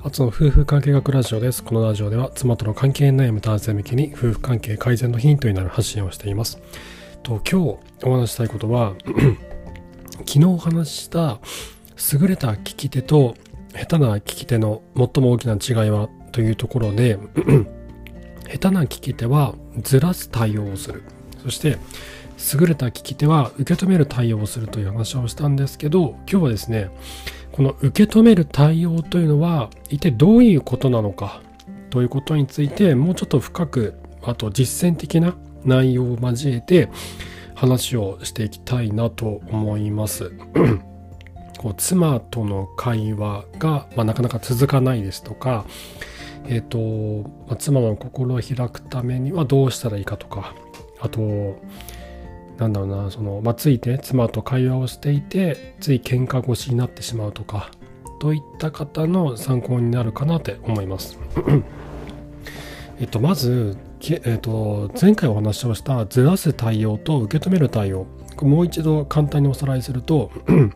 初の夫婦関係学ラジオです。このラジオでは妻との関係に悩む男性向けに夫婦関係改善のヒントになる発信をしています。今日お話したいことは昨日お話しした優れた聞き手と下手な聞き手の最も大きな違いはというところで下手な聞き手はずらす対応をする、そして優れた聞き手は受け止める対応をするという話をしたんですけど、今日はですね、この受け止める対応というのは一体どういうことなのかということについてもうちょっと深く、あと実践的な内容を交えて話をしていきたいなと思いますこう妻との会話が、なかなか続かないですとか、妻の心を開くためにはどうしたらいいかとか、あとついて妻と会話をしていてつい喧嘩腰になってしまうとかといった方の参考になるかなって思いますまず、前回お話をしたずらす対応と受け止める対応、もう一度簡単におさらいすると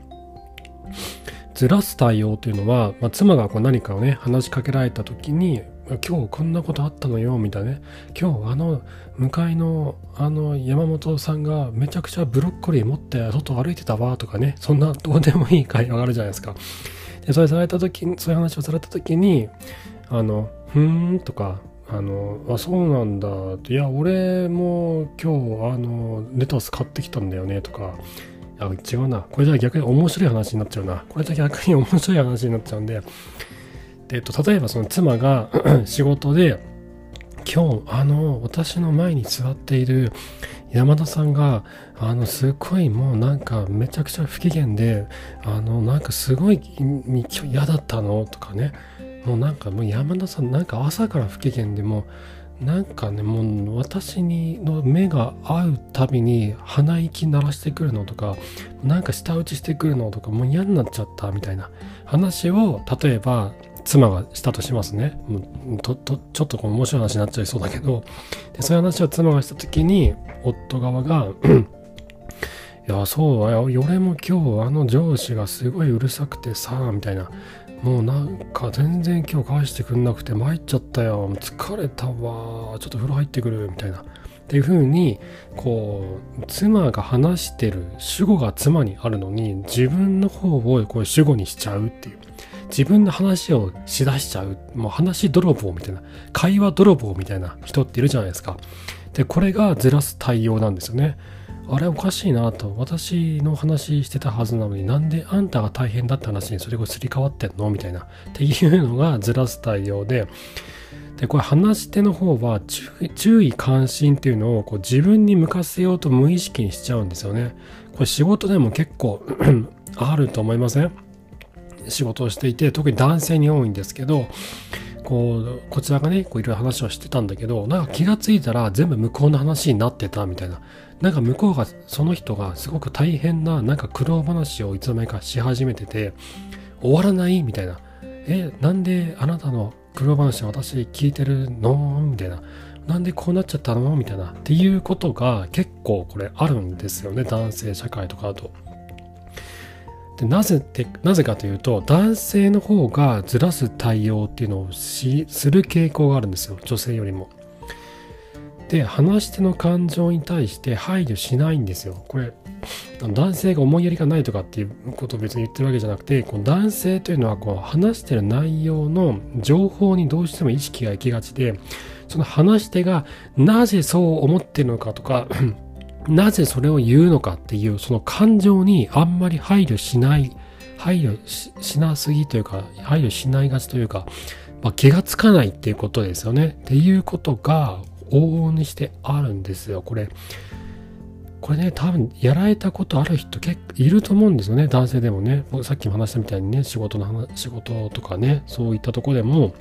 ずらす対応というのは、妻が何かをね話しかけられた時に、今日こんなことあったのよみたいなね、今日向かいの山本さんがめちゃくちゃブロッコリー持って外歩いてたわとかね、そんなどうでもいい会話があるじゃないですか。でそういう話をされた時にふーんとかそうなんだ、いや俺も今日レタス買ってきたんだよねとか、違うな、これじゃ逆に面白い話になっちゃうな、これじゃ逆に面白い話になっちゃうんで、例えばその妻が仕事で今日私の前に座っている山田さんがすごいもうめちゃくちゃ不機嫌ですごい嫌だったのとかね、もう山田さん朝から不機嫌でもう私の目が合うたびに鼻息鳴らしてくるのとか舌打ちしてくるのとか、もう嫌になっちゃったみたいな話を例えば妻がしたとしますね。ちょっと面白い話になっちゃいそうだけど、でそういう話を妻がした時に夫側がいやそうや、俺も今日上司がすごいうるさくてさみたいな、もう全然今日返してくんなくて参っちゃったよ、疲れたわ、ちょっと風呂入ってくるみたいなっていう風に妻が話してる主語が妻にあるのに自分の方を主語にしちゃうっていう、自分の話をしだしちゃう、もう話泥棒みたいな、会話泥棒みたいな人っているじゃないですか。でこれがずらす対応なんですよね。あれおかしいなと、私の話してたはずなのになんであんたが大変だった話にそれがすり替わってんのみたいなっていうのがずらす対応で、これ話し手の方は注意関心っていうのを自分に向かせようと無意識にしちゃうんですよね。これ仕事でも結構あると思いません？仕事をしていて特に男性に多いんですけど、こちらがねいろいろ話をしてたんだけど、気がついたら全部向こうの話になってたみたいな、向こうがその人がすごく大変な苦労話をいつの間にかし始めてて終わらないみたいな、なんであなたの苦労話私聞いてるのみたいな、なんでこうなっちゃったのみたいなっていうことが結構これあるんですよね、男性社会とかだと。でなぜかというと、男性の方がずらす対応っていうのをする傾向があるんですよ、女性よりも。で話し手の感情に対して配慮しないんですよ。これ男性が思いやりがないとかっていうことを別に言ってるわけじゃなくて、男性というのは話してる内容の情報にどうしても意識が行きがちで、その話し手がなぜそう思ってるのかとかなぜそれを言うのかっていうその感情にあんまり配慮しなすぎというか、配慮しないがちというか、気がつかないっていうことですよね。っていうことが往々にしてあるんですよ。これね、多分やられたことある人結構いると思うんですよね、男性でもね。さっきも話したみたいにね、仕事とかね、そういったところでも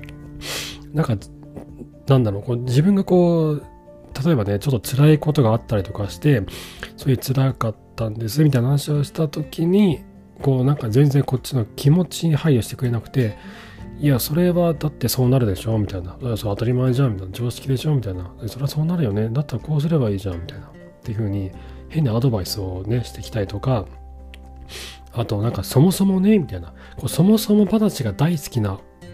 自分が例えばね、ちょっと辛いことがあったりとかして、そういう辛かったんですみたいな話をした時に全然こっちの気持ちに配慮してくれなくて、いやそれはだってそうなるでしょみたいな、それ当たり前じゃんみたいな、常識でしょみたいな、それはそうなるよね、だったらこうすればいいじゃんみたいなっていう風に変なアドバイスをねしてきたりとか、あとそもそもねみたいな、そもそも話が大好きな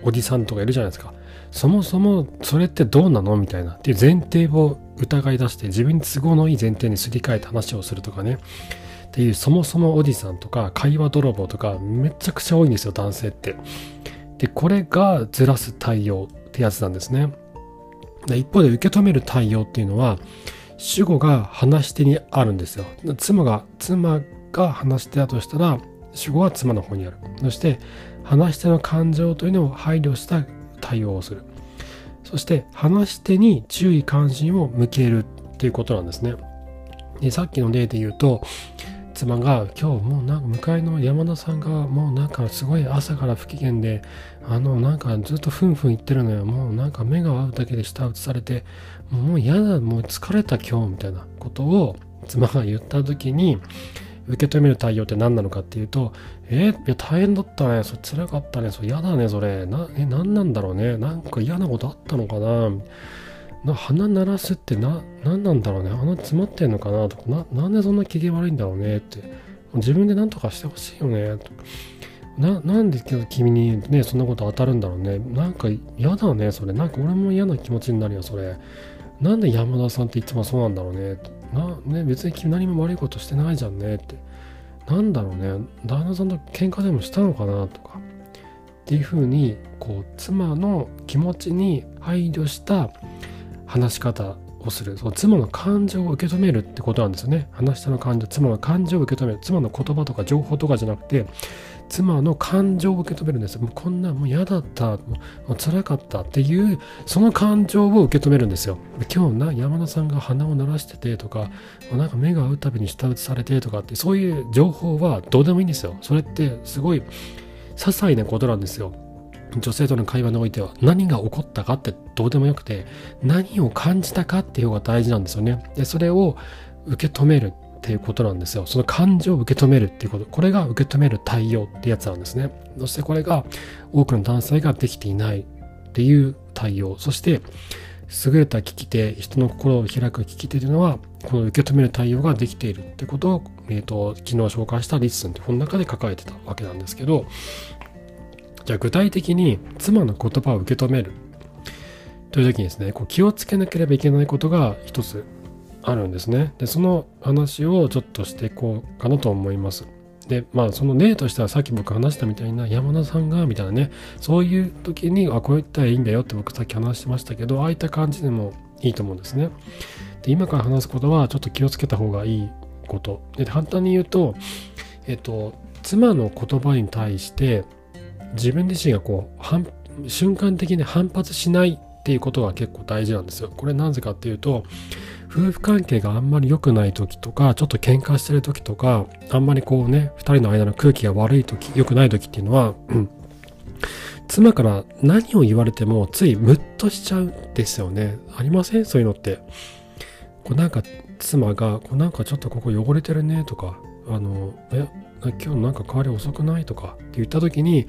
おじさんとかいるじゃないですか。そもそもそれってどうなのみたいなっていう前提を疑い出して、自分に都合のいい前提にすり替えて話をするとかね、っていうそもそもおじさんとか会話泥棒とかめちゃくちゃ多いんですよ、男性って。でこれがずらす対応ってやつなんですね。で一方で受け止める対応っていうのは主語が話し手にあるんですよ。妻が話し手だとしたら主語は妻の方にある。そして話し手の感情というのを配慮した対応をする。そして話し手に注意関心を向けるっていうことなんですね。でさっきの例で言うと、妻が今日もうなんか向かいの山田さんがもうなんかすごい朝から不機嫌でなんかずっとふんふん言ってるのよ、もうなんか目が合うだけで舌打ちされてもう嫌だ、もう疲れた今日みたいなことを妻が言った時に受け止める対応って何なのかっていうと、いや大変だったね、それ辛かったね、それ嫌だね、それ何なんだろうね、なんか嫌なことあったのかな、鼻鳴らすって何なんだろうね、鼻詰まってんのかなとか、なんでそんな機嫌悪いんだろうねって、自分で何とかしてほしいよねとか、なんで君にねそんなこと当たるんだろうね、なんか嫌だねそれ、なんか俺も嫌な気持ちになるよそれ、なんで山田さんっていつもそうなんだろうねって、別に君何も悪いことしてないじゃんねって、なんだろうね、旦那さんと喧嘩でもしたのかなとかっていうふうにこう妻の気持ちに配慮した話し方をする。その妻の感情を受け止めるってことなんですよね。話し手の感情、妻の感情を受け止める。妻の言葉とか情報とかじゃなくて、妻の感情を受け止めるんですよ。もうこんなもう嫌だった、もう辛かったっていうその感情を受け止めるんですよ。今日山田さんが鼻を鳴らしててとか、なんか目が合うたびに舌打ちされてとかって、そういう情報はどうでもいいんですよ。それってすごい些細なことなんですよ。女性との会話においては何が起こったかってどうでもよくて、何を感じたかっていう方が大事なんですよね。でそれを受け止めるっていうことなんですよ。その感情を受け止めるっていうこと、これが受け止める対応ってやつなんですね。そしてこれが多くの男性ができていないっていう対応、そして優れた聞き手、人の心を開く聞き手というのはこの受け止める対応ができているってことを、昨日紹介したリッスンって本の中で書かれてたわけなんですけど、じゃあ具体的に妻の言葉を受け止めるという時にですね、こう気をつけなければいけないことが一つあるんですね。でその話をちょっとしていこうかなと思います。でその例としてはさっき僕話したみたいな山田さんがみたいなね、そういう時にこう言ったらいいんだよって僕さっき話してましたけど、ああいった感じでもいいと思うんですね。で今から話すことはちょっと気をつけた方がいいことで、簡単に言うと、妻の言葉に対して自分自身が瞬間的に反発しないっていうことが結構大事なんですよ。これなぜかっていうと、夫婦関係があんまり良くない時とか、ちょっと喧嘩してる時とか、あんまり二人の間の空気が悪い時、良くない時っていうのは、妻から何を言われてもついムッとしちゃうんですよね。ありません？そういうのって。なんか妻がなんかちょっとここ汚れてるねとか、今日なんか帰り遅くないとかって言った時に、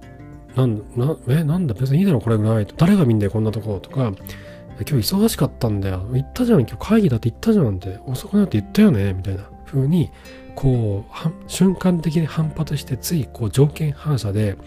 なんだ別にいいだろこれぐらいと、誰が見んだよこんなとこ、とか、今日忙しかったんだよ、言ったじゃん、今日会議だって言ったじゃんって、遅くなって言ったよねみたいな風に瞬間的に反発して、つい条件反射で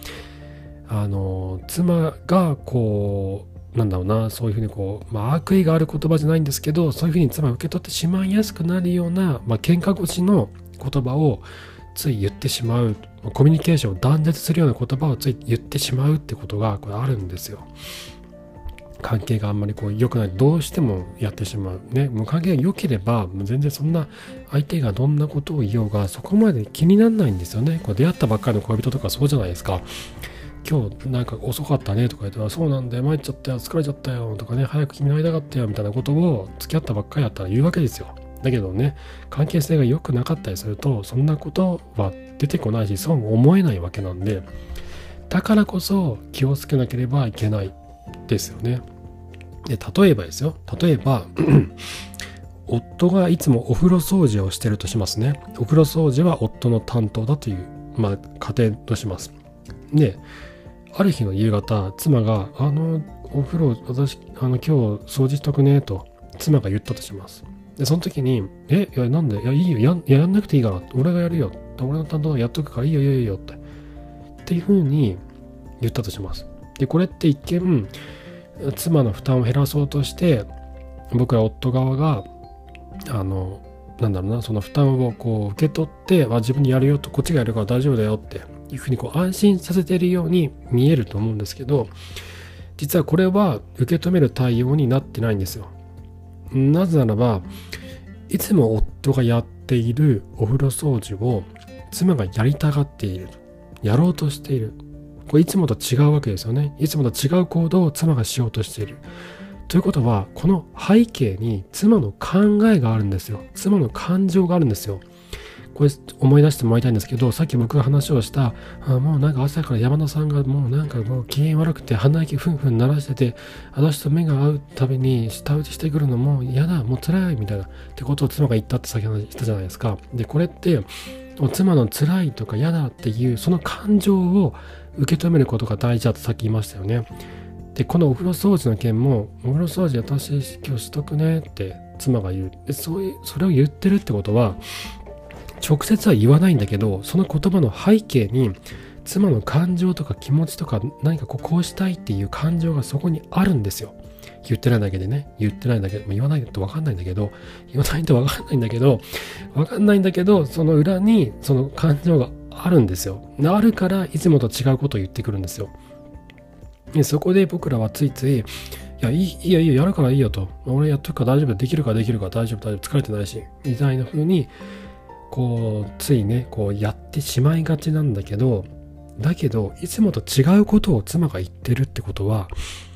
妻がそういうふうに悪意がある言葉じゃないんですけど、そういうふうに妻が受け取ってしまいやすくなるような、喧嘩腰の言葉をつい言ってしまう、コミュニケーションを断絶するような言葉をつい言ってしまうってことがあるんですよ。関係があんまり良くない、どうしてもやってしまうね。もう関係が良ければ全然そんな相手がどんなことを言おうがそこまで気にならないんですよね。出会ったばっかりの恋人とかそうじゃないですか。今日なんか遅かったねとか言ったら、そうなんだよ、参っちゃったよ、疲れちゃったよとかね、早く君に会いたかったよみたいなことを付き合ったばっかりだったら言うわけですよ。だけどね、関係性が良くなかったりするとそんなことは出てこないし、そう思えないわけなんで、だからこそ気をつけなければいけないですよね。で例えば夫がいつもお風呂掃除をしてるとしますね。お風呂掃除は夫の担当だという、家庭とします。である日の夕方、妻がお風呂私今日掃除しとくねと妻が言ったとします。でその時になんでいいよ、やんなくていいから、俺がやるよ、俺の担当やっとくからいいよっていう風に言ったとします。 でこれって一見妻の負担を減らそうとして僕ら夫側がその負担をこう受け取って自分にやるよと、こっちがやるから大丈夫だよっていうふうにこう安心させているように見えると思うんですけど、実はこれは受け止める対応になってないんですよ。なぜならば、いつも夫がやっているお風呂掃除を妻がやりたがっている、やろうとしている、これいつもと違うわけですよね。いつもと違う行動を妻がしようとしているということは、この背景に妻の考えがあるんですよ。妻の感情があるんですよ。これ思い出してもらいたいんですけど、さっき僕が話をしたもうなんか朝から山田さんがもう機嫌悪くて鼻息ふんふん鳴らしてて、私と目が合うたびに舌打ちしてくるのもう嫌だ、もう辛いみたいなってことを妻が言ったって先ほど言ったじゃないですか。でこれって妻の辛いとか嫌だっていうその感情を受け止めることが大事だとさっき言いましたよね。でこのお風呂掃除の件も、お風呂掃除私今日しとくねって妻が言う。でそれを言ってるってことは直接は言わないんだけど、その言葉の背景に妻の感情とか気持ちとか何かこうしたいっていう感情がそこにあるんですよ。言ってないだけでね、言わないと分かんないんだけど、その裏にその感情があるんですよ。あるからいつもと違うことを言ってくるんですよ。でそこで僕らはついついいややるからいいよと、俺やっとくから大丈夫、できるから大丈夫、疲れてないしみたいな風にこうついねこうやってしまいがちなんだけど、いつもと違うことを妻が言ってるってことは、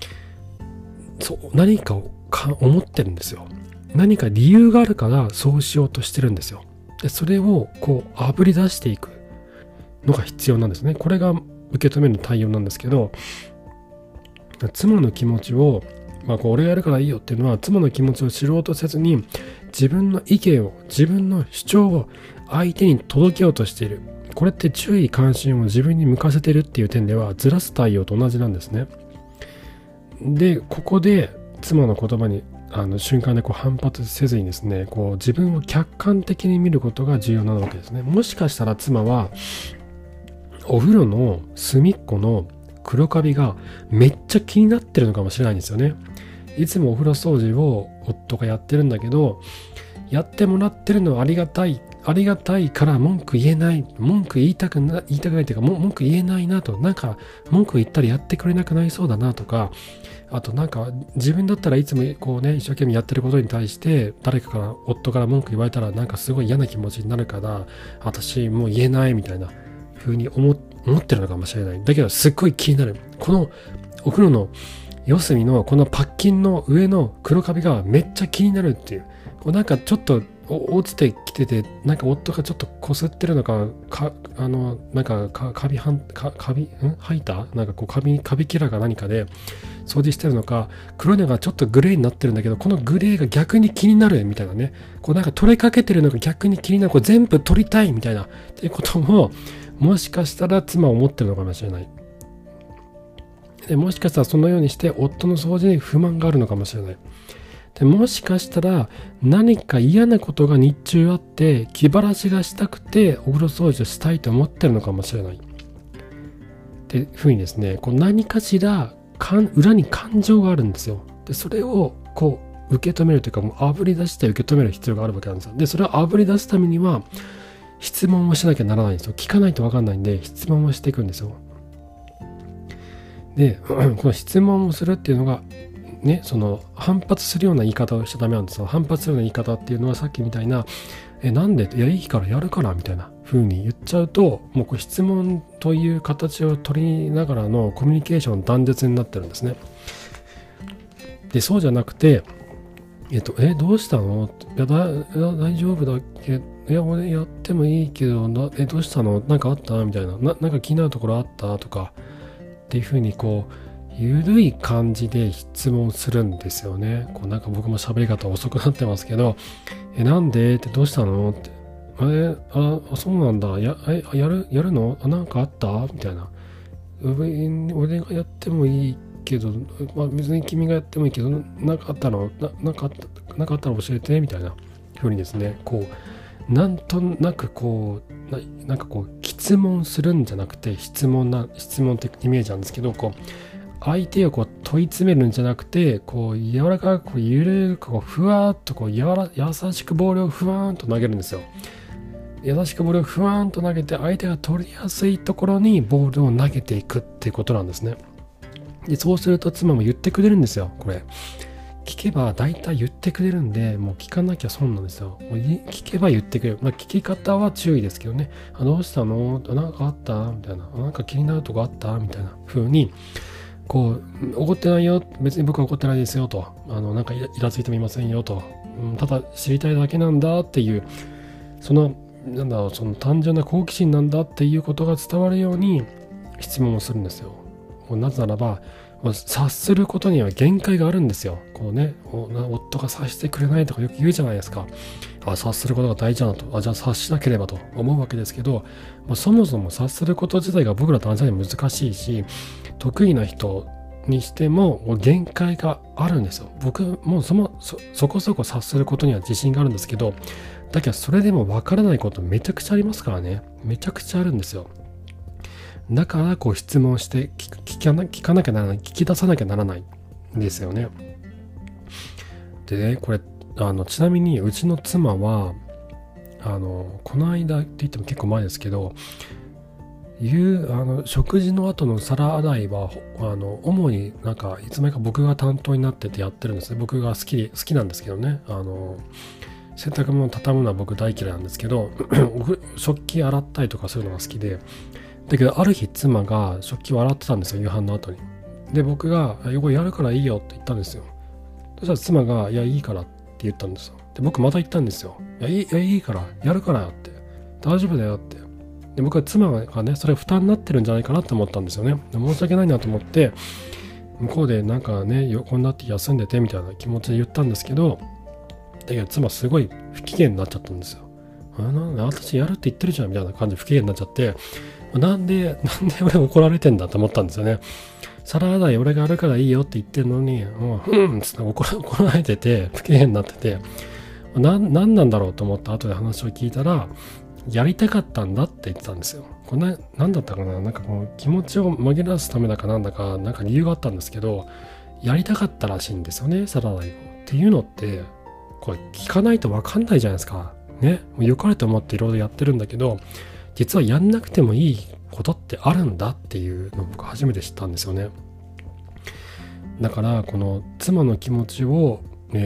何かを思ってるんですよ。何か理由があるからそうしようとしてるんですよ。でそれをこうあぶり出していくのが必要なんですね。これが受け止める対応なんですけど、妻の気持ちを、俺がやるからいいよっていうのは、妻の気持ちを知ろうとせずに自分の意見を、自分の主張を相手に届けようとしている。これって注意関心を自分に向かせてるっていう点ではずらす対応と同じなんですね。でここで妻の言葉に瞬間で反発せずにですね、自分を客観的に見ることが重要なわけですね。もしかしたら妻はお風呂の隅っこの黒カビがめっちゃ気になってるのかもしれないんですよね。いつもお風呂掃除を夫がやってるんだけど、やってもらってるのはありがたいから文句言いたくないというか、文句言えないなと、文句言ったらやってくれなくなりそうだなとか、あと自分だったらいつも一生懸命やってることに対して夫から文句言われたらすごい嫌な気持ちになるから、私もう言えないみたいな風に思ってるのかもしれない。だけどすっごい気になる。このお風呂の四隅のこのパッキンの上の黒カビがめっちゃ気になるっていう。ちょっと落ちてきてて、夫がちょっとこすってるのか、カビハイターカビキラーか何かで掃除してるのか、黒いのがちょっとグレーになってるんだけど、このグレーが逆に気になるみたいなね、取れかけてるのが逆に気になる、全部取りたいみたいなっていうことももしかしたら妻は思ってるのかもしれない。でもしかしたらそのようにして夫の掃除に不満があるのかもしれない。でもしかしたら何か嫌なことが日中あって気晴らしがしたくてお風呂掃除をしたいと思ってるのかもしれないっていうふうにですね、何かしら裏に感情があるんですよ。でそれを受け止めるというか、あぶり出して受け止める必要があるわけなんですよ。でそれをあぶり出すためには質問をしなきゃならないんですよ。聞かないと分かんないんで質問をしていくんですよ。でこの質問をするっていうのがね、その反発するような言い方をしちゃダメなんですよ。反発するような言い方っていうのはさっきみたいななんで、いやいいからやるからみたいな風に言っちゃうと、もう質問という形を取りながらのコミュニケーション断絶になってるんですね。でそうじゃなくてどうしたの、いや大丈夫だっけ、いや俺やってもいいけどどうしたの、あったみたいな、気になるところあったとかっていう風にゆるい感じで質問するんですよね。僕も喋り方遅くなってますけど、なんでってどうしたのって、そうなんだ、やるの、あったみたいな、俺がやってもいいけど、別に君がやってもいいけど、あったら教えてみたいな風にですね、なんとなく質問するんじゃなくて質問的イメージなんですけど、 相手をこう問い詰めるんじゃなくて、こう柔らかくこうゆるくこうふわっとこう優しくボールをふわーんと投げるんですよ。優しくボールをふわーんと投げて、相手が取りやすいところにボールを投げていくっていうことなんですね。でそうすると妻も言ってくれるんですよ。これ聞けば大体言ってくれるんで、もう聞かなきゃ損なんですよ。もう聞けば言ってくれる。聞き方は注意ですけどね。どうしたの？なんかあった？みたいな。なんか気になるとこあった？みたいな風に、こう、怒ってないよ。別に僕は怒ってないですよと。なんかイラついてもいませんよと。ただ知りたいだけなんだっていう、その単純な好奇心なんだっていうことが伝わるように質問をするんですよ。なぜならば、察することには限界があるんですよ。こうね、夫が察してくれないとかよく言うじゃないですか。察することが大事だなと。じゃあ察しなければと思うわけですけど、そもそも察すること自体が僕ら男性には難しいし、得意な人にしても限界があるんですよ。僕もそこそこ察することには自信があるんですけど、だけどそれでも分からないことめちゃくちゃありますからね。めちゃくちゃあるんですよ。だからこう質問して聞かなきゃならない、聞き出さなきゃならないんですよね。でね、これちなみにうちの妻はこの間って言っても結構前ですけど、食事の後の皿洗いは主になんかいつの間にか僕が担当になっててやってるんですね。僕が好きなんですけどね。洗濯物畳むのは僕大嫌いなんですけど食器洗ったりとかするのが好きで、だけどある日妻が食器を洗ってたんですよ、夕飯の後に。で僕が「これやるからいいよ」って言ったんですよ。そしたら妻が「いやいいから」って言ったんですよ。で僕また言ったんですよ。いいからやるからよって、大丈夫だよって。で僕は妻がねそれ負担になってるんじゃないかなって思ったんですよね。申し訳ないなと思って向こうでなんかね横になって休んでてみたいな気持ちで言ったんですけど、だけど妻すごい不機嫌になっちゃったんですよ。私やるって言ってるじゃんみたいな感じで不機嫌になっちゃって、なんで俺怒られてんだと思ったんですよね。皿洗い俺がやるからいいよって言ってるのに、つって怒られてて不機嫌になってて、なんなんだろうと思って後で話を聞いたら、やりたかったんだって言ってたんですよ。これなんだったかな、なんかこう気持ちを紛らわすためだかなんだかなんか理由があったんですけど、やりたかったらしいんですよね、皿洗いを。っていうのってこれ聞かないと分かんないじゃないですか。ね、良かれと思っていろいろやってるんだけど、実はやんなくてもいいことってあるんだっていうのを僕初めて知ったんですよね。だからこの妻の気持ちを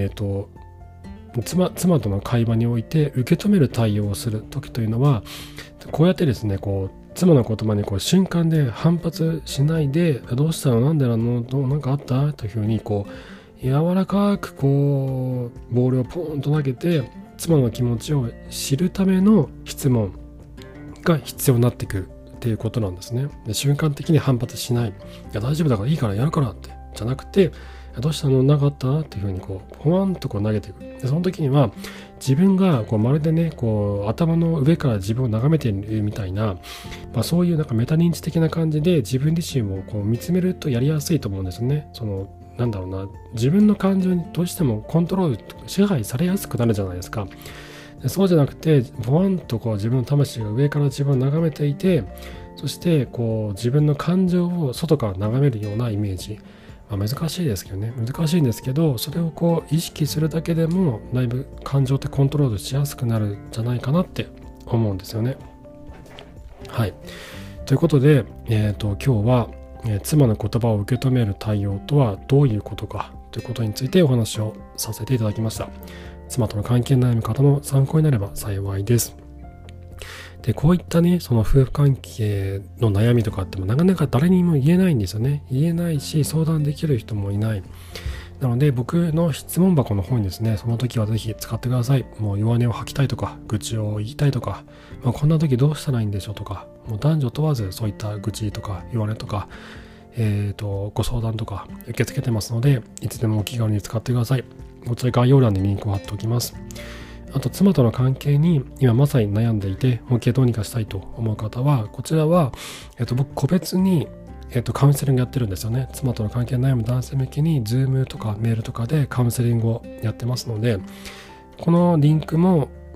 妻との会話において受け止める対応をする時というのは、こうやってですね、こう妻の言葉にこう瞬間で反発しないで、どうしたの、なんでなの、なんかあったというふうにこう柔らかくこうボールをポーンと投げて、妻の気持ちを知るための質問が必要になってくるっていうことなんですね。で瞬間的に反発しない、いや大丈夫だからいいからやるからってじゃなくて、どうしたの、なかったっていうふうにこうポワンとこう投げていく。でその時には自分がこうまるでねこう頭の上から自分を眺めているみたいな、そういうなんかメタ認知的な感じで自分自身をこう見つめるとやりやすいと思うんですよね。なんだろうな、自分の感情にどうしてもコントロール支配されやすくなるじゃないですか。でそうじゃなくてポワンとこう自分の魂が上から自分を眺めていて、そしてこう自分の感情を外から眺めるようなイメージ、難しいですけどね、難しいんですけど、それをこう意識するだけでもだいぶ感情ってコントロールしやすくなるんじゃないかなって思うんですよね。はい、ということで、今日は、妻の言葉を受け止める対応とはどういうことかということについてお話をさせていただきました。妻との関係に悩む方の参考になれば幸いです。でこういったねその夫婦関係の悩みとかってもなかなか誰にも言えないんですよね。言えないし相談できる人もいない。なので僕の質問箱の方にですね、その時はぜひ使ってください。もう弱音を吐きたいとか愚痴を言いたいとか、こんな時どうしたらいいんでしょうとか、もう男女問わずそういった愚痴とか弱音とか、ご相談とか受け付けてますので、いつでもお気軽に使ってください。こちら概要欄にリンクを貼っておきます。あと妻との関係に今まさに悩んでいて本気でどうにかしたいと思う方は、こちらは、僕個別に、カウンセリングやってるんですよね。妻との関係に悩む男性向けに Zoom とかメールとかでカウンセリングをやってますので、このリンクも、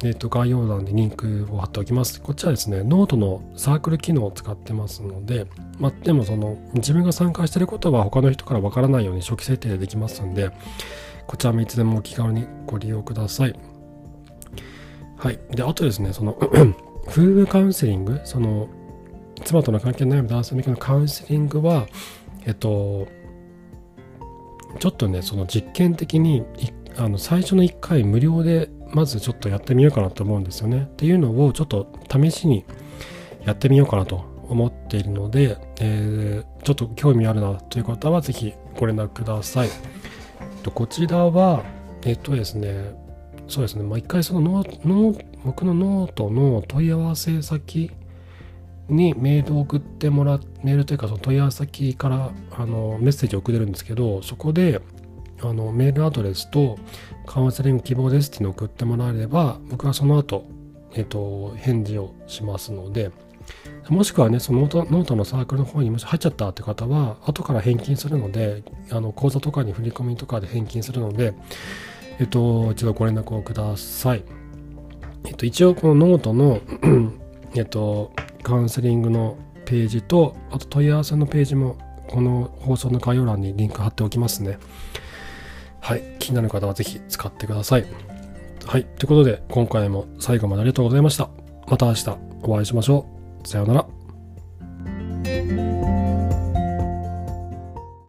概要欄にリンクを貼っておきます。こっちはですね、ノートのサークル機能を使ってますので、でも自分が参加していることは他の人からわからないように初期設定でできますんで、こちらもいつでもお気軽にご利用ください。はい。で、あとですね、夫婦カウンセリング、妻との関係の悩む男性向けのカウンセリングは、ちょっとね、実験的に最初の1回無料でまずちょっとやってみようかなと思うんですよね。っていうのをちょっと試しにやってみようかなと思っているので、ちょっと興味あるなという方はぜひご連絡ください。こちらはですね、そうですね、一回僕のノートの問い合わせ先にメールを送ってもらう、メールというか問い合わせ先からメッセージを送れるんですけど、そこでメールアドレスとカウンセリング希望ですっていうのを送ってもらえれば、僕はその後、返事をしますので、もしくはね、ノートのサークルの方にもし入っちゃったって方は、後から返金するので、口座とかに振り込みとかで返金するので、一度ご連絡をください。一応このノートのカウンセリングのページと、あと問い合わせのページも、この放送の概要欄にリンク貼っておきますね。はい。気になる方はぜひ使ってください。はい。ということで、今回も最後までありがとうございました。また明日お会いしましょう。さようなら。